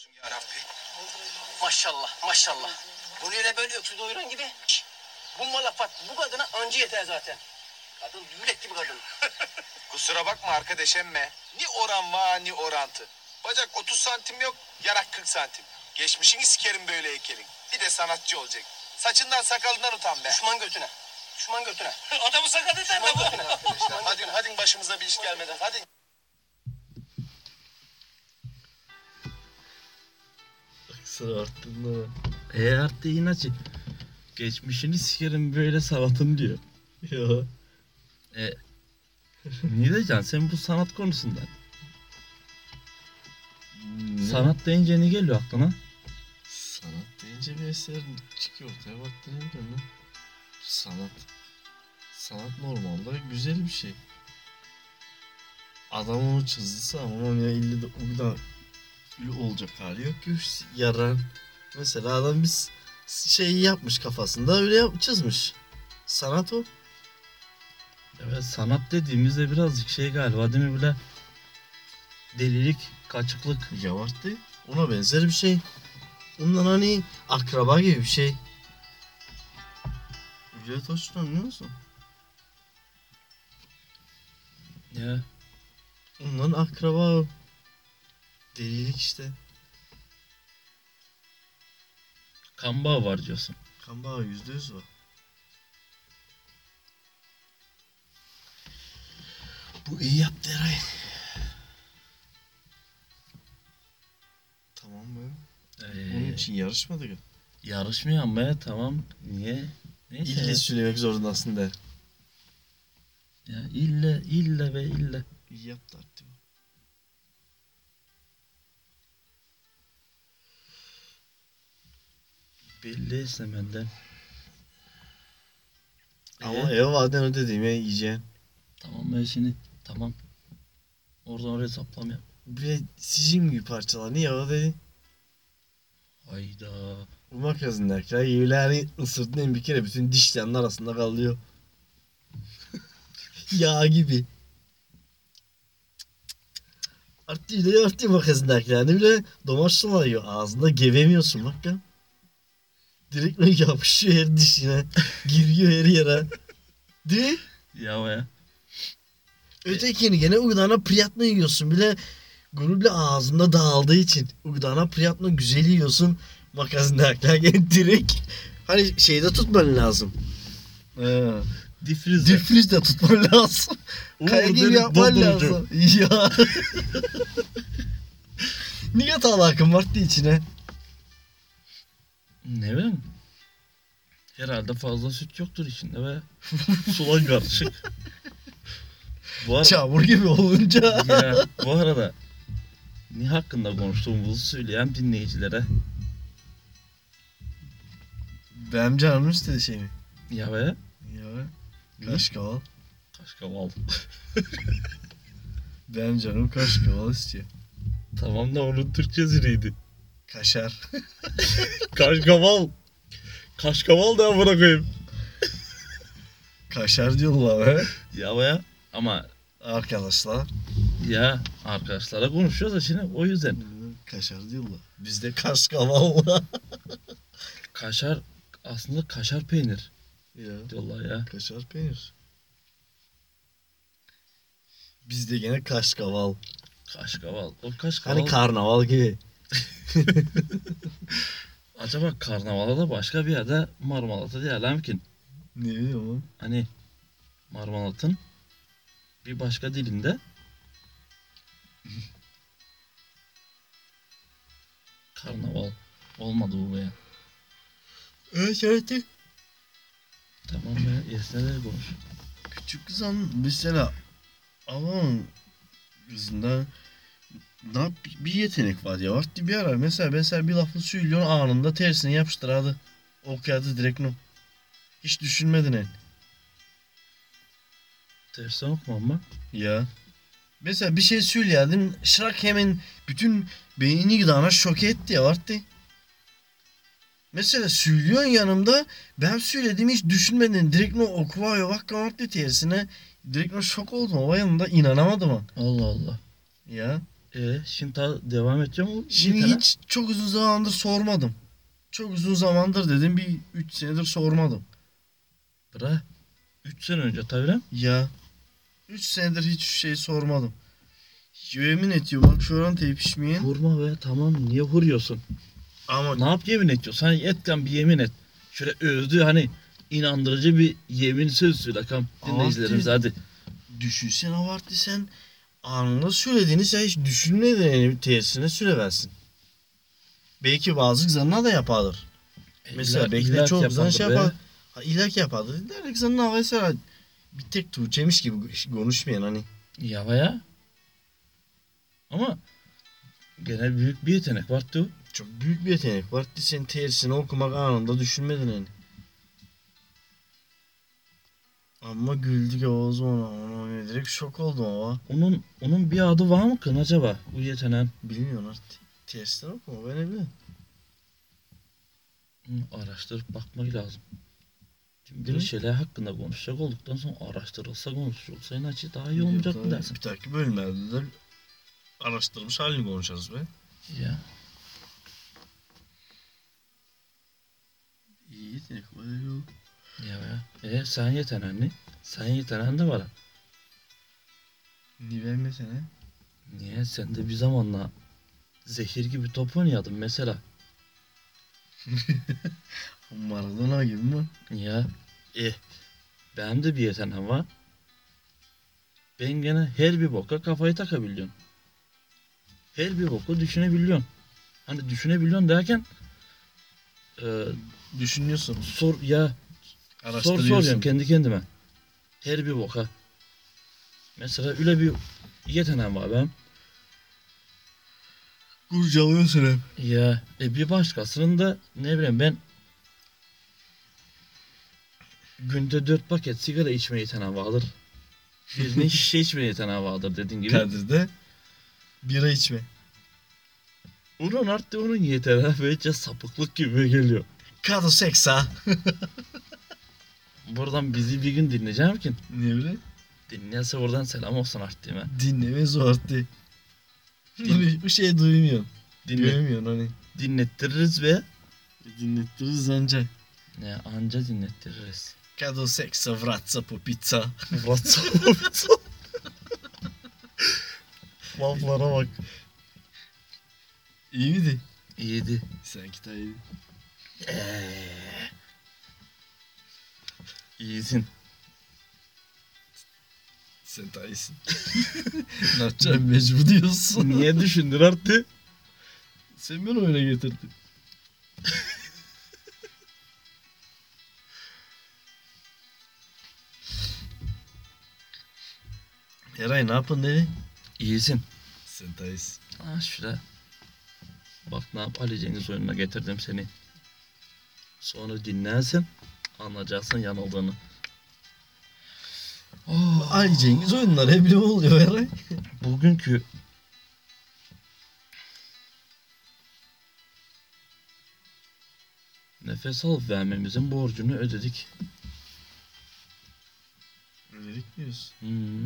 olsun ya Rabbi. Maşallah maşallah. Bunu öyle böyle öksüz doyuran gibi. Bu malafat bu kadına anca yeter zaten. Kadın düğület gibi kadın. Kusura bakma arkadaş emme. Ni oran var ni orantı. Bacak 30 santim yok, yarak 40 santim. Geçmişini sikerim böyle heykelin. Bir de sanatçı olacak. Saçından sakalından utan be. Düşman götüne. Düşman götüne. Adamı sakat eder mi Düşman bu? götüne. Hadi başımıza bir iş gelmeden hadi. Sıra arttığında. Arttı inatçı. Geçmişini sikerim böyle sanatım diyor. Yo. Ne diyeceksin sen bu sanat konusunda? Sanat deyince ne geliyor aklına? Sanat deyince bir eser çıkıyor ortaya baktığında değil mi? Sanat. Sanat normalde güzel bir şey. Adam onu çizdiyse ama onun ya illa da o kadar olacak hali yok ki yarar. Mesela adam bir şeyi yapmış kafasında öyle çizmiş. Sanat o. Evet sanat dediğimizde birazcık şey galiba değil mi bile? Delilik, kaçıklık. Yavarttı. Ona benzer bir şey. Ondan hani akraba gibi bir şey. Ücret hoşçun anlıyor musun? Ya Ondan akraba o. Delilik işte. kan bağı var diyorsun. Kan bağı %100 var. Bu iyi yaptı Eray. Tamam mı? Onun için yarışmadık ya. Yarışmıyor ama ya tamam. Niye? Neyse. İlle söylemek zorundasın de. Ya ille ve ille. İyi yaptı artık. Belliyse benden. Ama eyvallah o dediğime yiyeceksin. Tamam ben şimdi tamam. Oradan oraya saplamaya. Böyle sicim gibi parçalar. Niye o dedi? Hayda. Bu magazindeki yiğileri ısırdığın bir kere bütün dişlerinin arasında kalıyor. Yağ gibi. Artıyor magazindekilerini bile domaçlar yiyor. Ağzında gevemiyorsun bak ya. Direkt böyle yapışıyor her dişine. Giriyor her yere. Değil mi? Ya. Ötekini gene uydana priyatma yiyorsun bile. Gruble ağzında dağıldığı için. Uydana priyatma güzel yiyorsun. Magazindekiler gene direkt. Hani şeyde tutman lazım. Difriz. Difrizde tutman lazım. Kaya gibi yapman lazım. Ya. Niye talakın vardı içine? Ne bileyim. Herhalde fazla süt yoktur içinde ve sulan karışık. Bu arada, Çamur gibi olunca. ya, bu arada ne hakkında konuştuğumuzu söyleyen dinleyicilere. Benim canım istedi şey mi? Ya. Ya. Kaşkaval. Kaşkaval. Benim canım kaşkaval istiyor. Tamam da onun Türkçesi neydi? Kaşar. Kaşkaval. Kaşkaval da amına koyayım. Kaşar diyorlar be. Ya. Ama Arkadaşlar. ya arkadaşlara konuşuyoruz da şimdi o yüzden. Kaşar diyorlar. Bizde kaşkaval. Kaşar aslında kaşar peynir Ya. diyorlar ya. Kaşar peynir. Bizde gene kaşkaval. Kaşkaval. O kaşkaval. Hani karnaval gibi. Acaba karnavala da başka bir yerde Marmalat'ta değil mümkün. Ne bileyim oğlum. Hani Marmalat'ın bir başka dilinde karnaval olmadı bu be. Evet. Tamam be esnede konuş. Küçük kızın mesela Allah'ın kızında bir yetenek var ya. Vakti bir ara mesela bir lafı söylüyorsun anında tersini yapıştır hadi. Okuyadı direkt no. Hiç düşünmedin en. Tersten okumam mı? Ya. Mesela bir şey söyleyerdin şırak hemen bütün beynini gıdana şok etti ya vardı. Mesela söylüyorsun yanımda ben söylediğimi hiç düşünmedin. Direkt no okuyor bak vardı tersine. Direkt no şok oldum o yanında inanamadım ha. Allah Allah. Ya. Şimdi devam edeceğim o Şimdi yeteneğe. hiç çok uzun zamandır sormadım. Çok uzun zamandır dedim, bir 3 senedir sormadım. Bırak. 3 sene önce tabii. Ya 3 senedir hiç şey sormadım. Yemin ediyor bak şu an tepişmeyen. Vurma be, tamam, niye vuruyorsun? Ama Ne yap yemin ediyorsun? Hani etten bir yemin et. Şöyle övdü, hani inandırıcı bir yemin söz söyle kam. Dinleyicilerimize hadi. düşünsene Avarti, sen anında söylediğini sen hiç düşünmeden yani tersine söyleversin. Belki bazı kızlarına da yaparlar. Mesela belki de İlla ki çok kızlar yapandır şey be. yapar. Ha, illaki yaparlar. Der kızlarına mesela bir tek Tuğçe'miş gibi konuşmayan hani. Ya baya. Ama genel büyük bir yetenek vardı o. Çok büyük bir yetenek var. Sen tersini okumak anında düşünmedin hani. Ama güldük o zaman. Ona direkt şok oldum ama. Onun bir adı var mı kın acaba? Bu yeteneğin. Bilmiyorum artık. Tersten okuma ben ne bileyim. Araştırıp bakmak lazım. Şimdi Değil bir mi? şeyler hakkında konuşacak olduktan sonra araştırılsa konuşulsa inaçı daha iyi olmayacak mı dersin? Bir dahaki bölümlerde de araştırmış halini konuşacağız be. Ya. İyi yetenek var yok. Ya. Sen yeteneğin ne? Sen yeteneğin de var. Niye vermesene? Niye? Sen de bir zamanla zehir gibi top oynuyordun mesela. Maradona gibi mi? Ya. Benim de bir yeteneğim var. Ben gene her bir boka kafayı takabiliyorum. Her bir boku düşünebiliyorum. Hani düşünebiliyorsun derken e, Düşünüyorsun. soruyorum Araştırıyorsun. kendi kendime. Her bir boka. Mesela öyle bir yeteneğim var benim. Kurcalıyorsun hep. Ya bir başkasının da ne bileyim ben günde 4 paket sigara içme yeteneği vardır. Birinin şişe içme yeteneği vardır dediğin gibi. Kadir'de bira içme. Onun artık onun yeteneği böylece sapıklık gibi geliyor. Kadın seksa. Buradan bizi bir gün dinleyeceğim ki. Ne bileyim? Dinlerse oradan selam olsun artık değil mi? Dinlemez o artık. Din- Bu şey duymuyorsun. Dinle, Görmüyorsun hani. dinlettiririz ve Dinlettiririz anca. ne anca dinlettiririz. Kadın seksa vratsa po pizza. WhatsApp. Laflara bak. İyi miydi? İyiydi. Sanki daha iyiydi. İyisin. Sen daha iyisin. Ne yapacağım, mecbur diyorsun. Niye düşündün artık? Sen beni oyuna getirdin. Eray ne yapın dedi? İyisin. Sen daha iyisin. Şurada. Bak ne yap, Ali Cengiz oyununa getirdim seni. Sonra dinlersen anlayacaksın yanıldığını. Ay Cengiz oyunları hep ne oluyor Eray? Bugünkü nefes alıp vermemizin borcunu ödedik. Öylelik diyorsun. Hmm.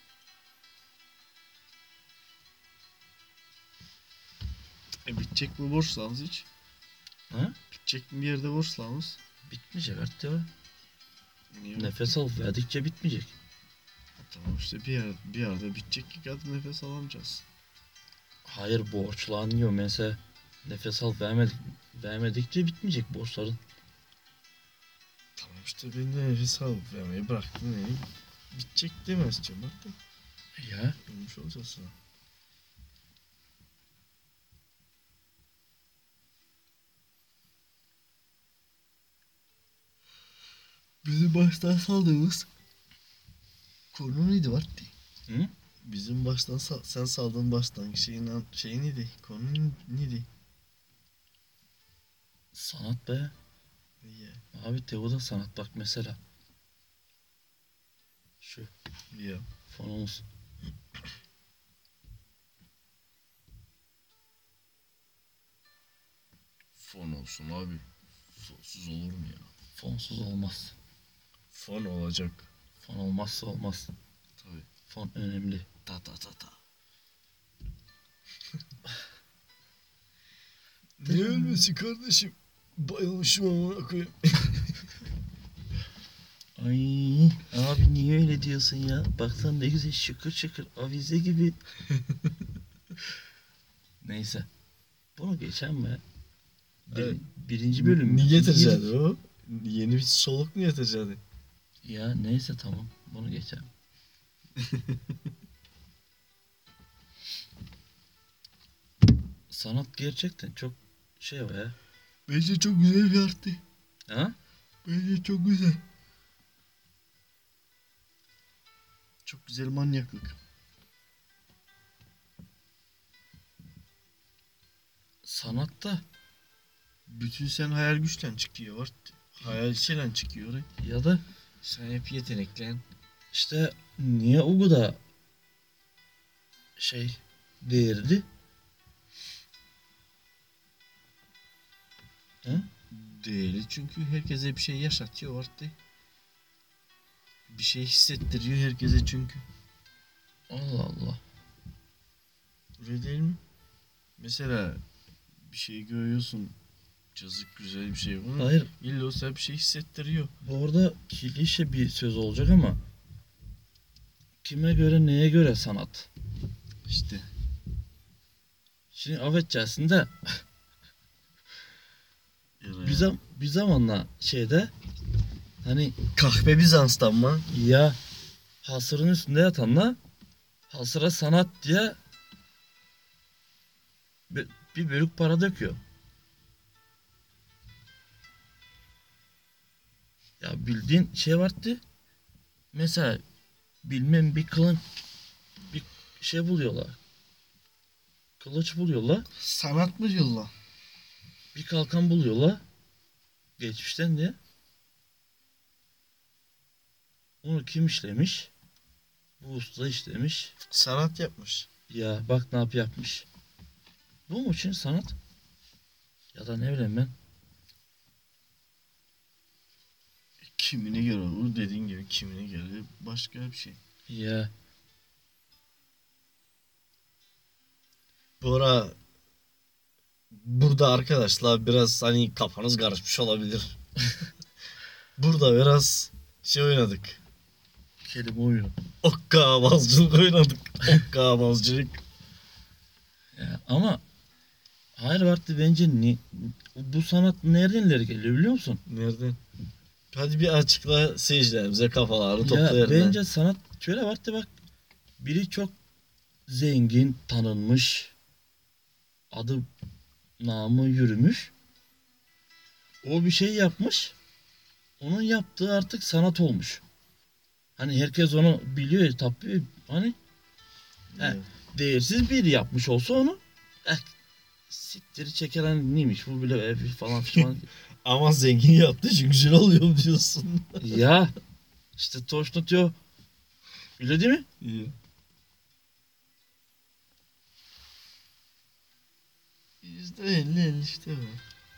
Bitecek mi borçlarımız hiç? Ha? Bitecek mi bir yerde borçlarımız? Bitmeyecek artık ya. Niye? Nefes alıp verdikçe bitmeyecek. Tamam işte bir yerde bitecek ki kadın nefes alamayacağız. Hayır, borçlanıyor mesela. Nefes alıp vermedikçe bitmeyecek borçların. Tamam işte ben de nefes alıp vermeyi bıraktım yani. Bitecek demezeceğim artık. Ya Ölmüş olacağız sonra. Bizim baştan saldığımız konu neydi Vartti? Hı? Bizim baştan sen saldığın baştan şey neydi? Konu neydi? sanat be. Ya. Abi Teo'da sanat bak mesela. Şu Ya. fonumuz. Fon olsun abi. Fonsuz olur mu ya? Fonsuz olmaz. Fon olacak. Fon olmazsa olmaz. Tabii. Fon önemli. Ta ta ta ta. Ne ölmesi kardeşim? Bayılmışım amına koyayım. Ay abi niye öyle diyorsun ya? Baksana ne güzel şıkır şıkır avize gibi. Neyse. Bunu geçen mi? Evet. Birinci bölüm. Ne getireceksin o? Yeni bir soluk mu getireceksin? Ya neyse tamam. Bunu geçelim. Sanat gerçekten çok şey var ya. Bence çok güzel bir arttı. Ha? Bence çok güzel. Çok güzel manyaklık. Sanatta Bütün sen hayal güçten çıkıyor var. Hayal şeyle çıkıyor. ya da Sen hep yeteneklen. işte niye o kadar şey değerli? Hı? Değil çünkü herkese bir şey yaşatıyor artık. Bir şey hissettiriyor herkese çünkü. Allah Allah. Öyle değil mi? Mesela bir şey görüyorsun. Cazık güzel bir şey var. Hayır, İlla o sana bir şey hissettiriyor. bu arada klişe bir söz olacak ama kime göre neye göre sanat? İşte. Şimdi affedeceksin bir zamanla şeyde hani Kahve Bizans'tan mı? ya hasırın üstünde yatanla hasıra sanat diye bir bölük para döküyor. Ya bildiğin şey vardı. Mesela bilmem bir kılın bir şey buluyorlar. Kılıç buluyorlar. Sanat mı diyorlar? Bir kalkan buluyorlar. Geçmişten diye. Onu kim işlemiş? Bu usta işlemiş. Sanat yapmış. Ya bak ne yapmış. Bu mu için sanat? Ya da ne bileyim ben. Kimine göre olur dediğin gibi kimine göre başka bir şey. Ya Bu ara burada arkadaşlar biraz hani kafanız karışmış olabilir. Burada biraz şey oynadık. kelime oyunu. Okkabazcılık oynadık. Okkabazcılık. Ya, ama hayır vakti bence bu sanat nereden ileri geliyor biliyor musun? Nereden? Hadi bir açıkla seyircilerimize kafalarını Ya toplayalım. bence sanat şöyle vakti bak. Biri çok zengin, tanınmış. Adı namı yürümüş. O bir şey yapmış. Onun yaptığı artık sanat olmuş. Hani herkes onu biliyor ya tabii. Hani Evet. değersiz biri yapmış olsa onu siktiri çeken neymiş bu bile falan filan. Ama zengin yaptığı için güzel oluyor diyorsun. Ya işte toşnatıyor. Öyle değil mi? İyi. %50 işte bu.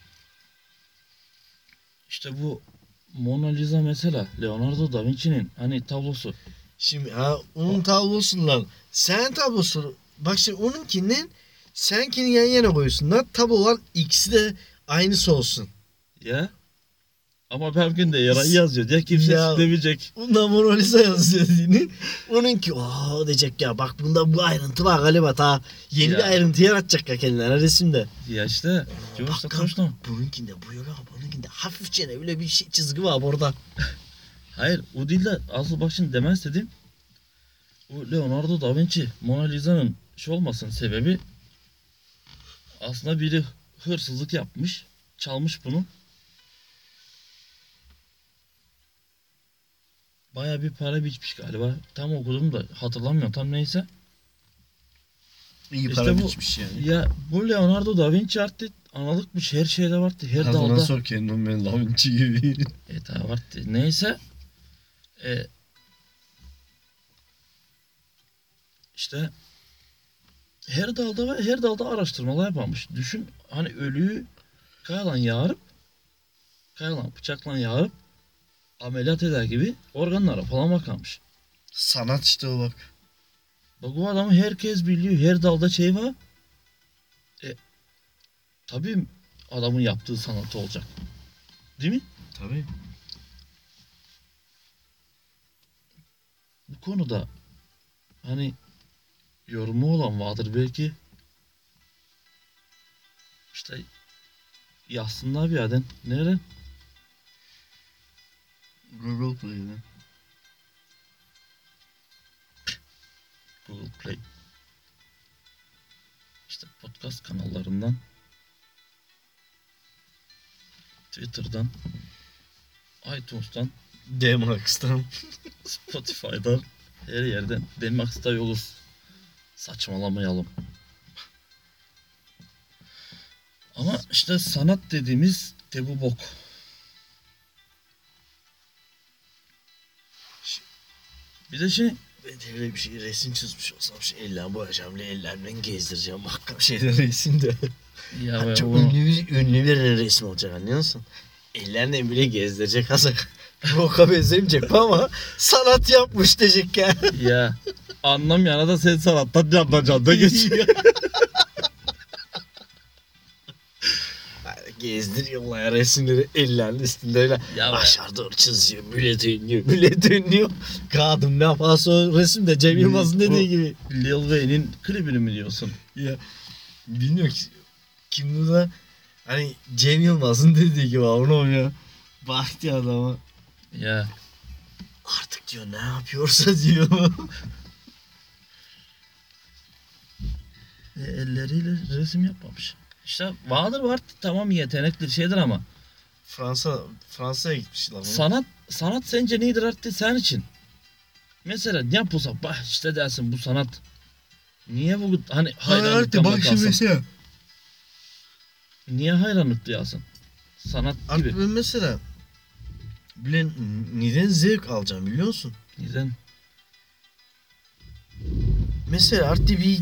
İşte bu Mona Lisa mesela Leonardo da Vinci'nin hani tablosu. Şimdi onun tablosundan sen tablosu bak şimdi onunkinin senkini yan yana koyuyorsun. Tablo olan ikisi de aynısı olsun. Ya. Ama benimkinde yarayı yazıyor diye kimse Ya. siklemeyecek. Bundan Mona Lisa yazıyor dediğini. Onunki diyecek ya bak bunda bu ayrıntı var galiba ta yeni Ya. bir ayrıntı yaratacak ya kendilerine resimde. Ya işte. Yoksa toşno. Bununkinde bu yok ama bununkinde hafifçe öyle bir şey, çizgi var burada. Hayır o değil de asıl bak şimdi demez istedim. O Leonardo da Vinci Mona Lisa'nın şey olmasının sebebi aslında biri hırsızlık yapmış. Çalmış bunu. Baya bir para biçmiş galiba. Tam okudum da hatırlamıyorum tam neyse. İyi İşte para bu- biçmiş yani. Ya bu Leonardo da Vinci artık analıkmış her şeyde vardı. Her Her zaman dalda. sor kendimi ben Da Vinci gibi. Daha vardı. Neyse. İşte her dalda ve her dalda araştırmalar yapılmış. Düşün hani ölüyü kayalan bıçakla yarıp ameliyat eder gibi organlara falan bakarmış. Sanat işte o bak. Bak bu adamı herkes biliyor. Her dalda şey var. tabii adamın yaptığı sanatı olacak. Değil mi? Tabii. Bu konuda hani yorumu olan vardır belki. İşte yazsınlar bir yerden. Nereden? Google Play'den. Google Play. İşte podcast kanallarından, Twitter'dan, iTunes'tan, D-Max'tan. Spotify'dan, her yerden Demax'ta yoluz. Saçmalamayalım. Ama işte sanat dediğimiz de bu bok. Bir de şey, Ben de öyle bir şey resim çizmiş olsam şey ellerimi boyayacağım, ellerimle gezdireceğim. Bakkal şeyden resim de. ya be, Çok o, ünlü bir resim olacak anlıyor musun? Ellerle bile gezdirecek hazır. Boka benzemeyecek ama sanat yapmış diyecek ya. ya anlamayana da sen sanattan yapacaksın da geçiyor. Gezdiriyorlar ya resimleri ellerinin üstünde öyle Ya be. aşağı doğru çiziyor. Millet ünlüyor, millet ünlüyor. Kadın ne yaparsa o resimde Cem Yılmaz'ın dediği gibi. Lil Wayne'in klibini mi diyorsun? Ya bilmiyorum ki kim bu da hani Cem Yılmaz'ın dediği gibi onu ya. Baktı adama. Ya Artık diyor ne yapıyorsa diyor. elleriyle resim yapmamış. İşte var tamam yetenekli şeydir ama Fransa'ya gitmiş lan. sanat sence nedir artık sen için? Mesela ne yapılsa bak işte dersin bu sanat. Niye bu hani hayranlıktan bakarsın? mesela. Niye hayranlık duyasın? Sanat Artık gibi. ben mesela bilen neden zevk alacağım biliyor musun? Neden? Mesela artık bir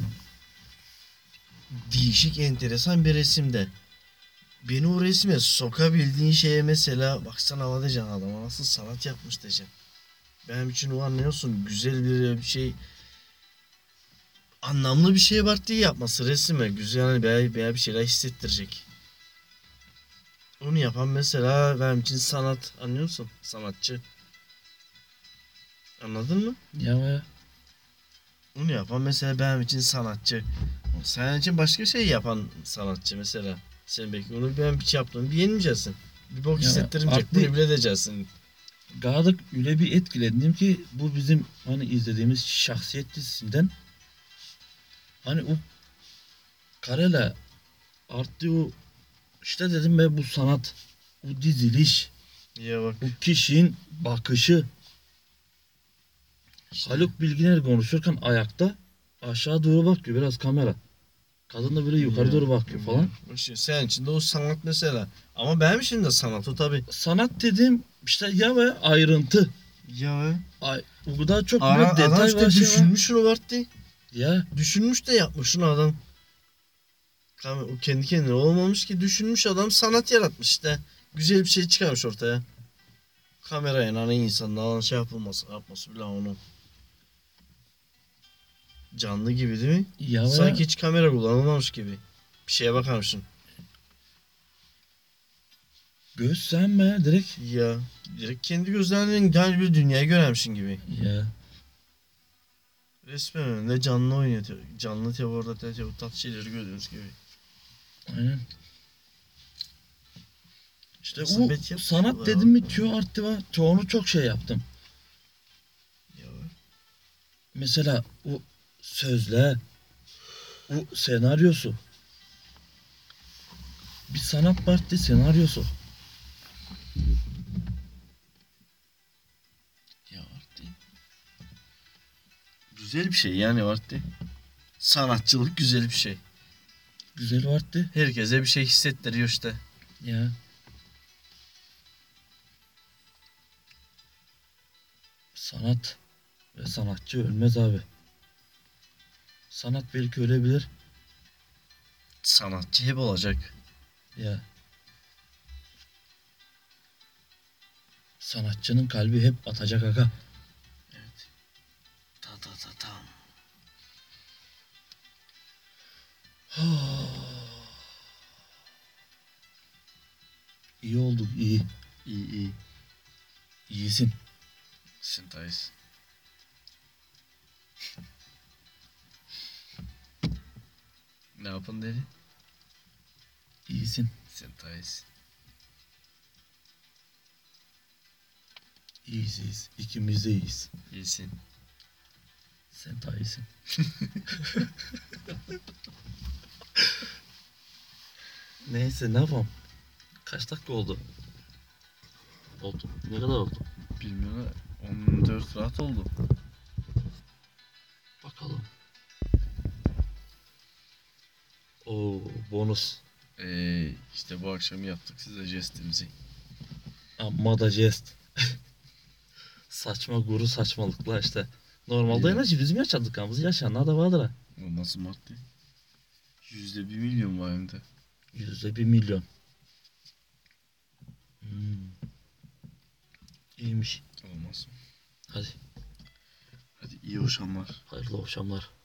değişik enteresan bir resimde beni o resme sokabildiğin şeye mesela baksana hava diyeceksin adama nasıl sanat yapmış diyeceksin. Benim için o anlıyorsun güzel bir şey anlamlı bir şey var diye yapması resime güzel hani veya bir şeyler hissettirecek. Onu yapan mesela benim için sanat anlıyor musun? Sanatçı. Anladın mı? Ya Onu yapan mesela benim için sanatçı. Senin için başka şey yapan sanatçı mesela. Sen belki onu ben bir şey yaptım beğenmeyeceksin. Bir bok Ya, hissettirmeyecek. artık- Bunu bile edeceksin. Gadık öyle bir etkilendim ki bu bizim hani izlediğimiz Şahsiyet dizisinden hani o karele arttı o işte dedim ben bu sanat bu diziliş Ya bak. bu kişinin bakışı işte. Haluk Bilginer konuşurken ayakta aşağı doğru bakıyor biraz kamera. Kadın da böyle yukarı Ya, doğru bakıyor falan. ya. İşte senin için de o sanat mesela. Ama benim için de sanat o tabi. Sanat dedim işte ya ve ayrıntı. Ya. O kadar çok Ara, böyle adam detay işte var şey var. düşünmüş onu vardı. Ya Düşünmüş de yapmış şunu adam. O kendi kendine olmamış ki düşünmüş adam sanat yaratmış işte. Güzel bir şey çıkarmış ortaya. Kameraya hani insanın alan şey yapması bile onu. Canlı gibi değil mi? ya ve Sanki hiç kamera kullanılmamış gibi. Bir şeye bakarmışsın. göz sen be direkt. Ya direkt kendi gözlerinden yani bir dünyayı göremmişsin gibi. Ya Resmen önünde canlı oynatıyor. Canlı tabi orada tabi tatlı şeyleri görüyoruz gibi. aynen. İşte Nasıl o bet yapmış sanat bu dedim mi tüyo arttı var. Çoğunu çok şey yaptım. Ya. Mesela o sözler, o senaryosu. Bir sanat parti senaryosu. Ya Artti. Güzel bir şey yani Artti. Sanatçılık güzel bir şey. Güzel vardı. Herkese bir şey hissettiriyor işte. Ya. Sanat ve sanatçı ölmez abi. Sanat belki ölebilir. Sanatçı hep olacak. Ya. Sanatçının kalbi hep atacak aga. Evet. Ta ta ta tam. İyi olduk, iyi. İyi iyi. İyisin. Sentayız. Ne yapın dedi? İyisin. Sentayız. İyiyiz. İkimiz de iyiyiz. İyisin. Sen daha iyisin. Neyse ne yapalım? Kaç dakika oldu? Oldu. Ne kadar oldu? Bilmiyorum. 14 rahat oldu. Bakalım. Oo, bonus. İşte bu akşam yaptık size jestimizi. Amma da jest. Saçma guru saçmalıklar işte. Normalde İyi. enerji bizim yaşadıklarımız yaşayanlar da vardır ha. O nasıl madde? %1 milyon var hem de. %1 milyon. Hmm. İyiymiş. Olmaz. Hadi Hadi iyi akşamlar. hayırlı akşamlar.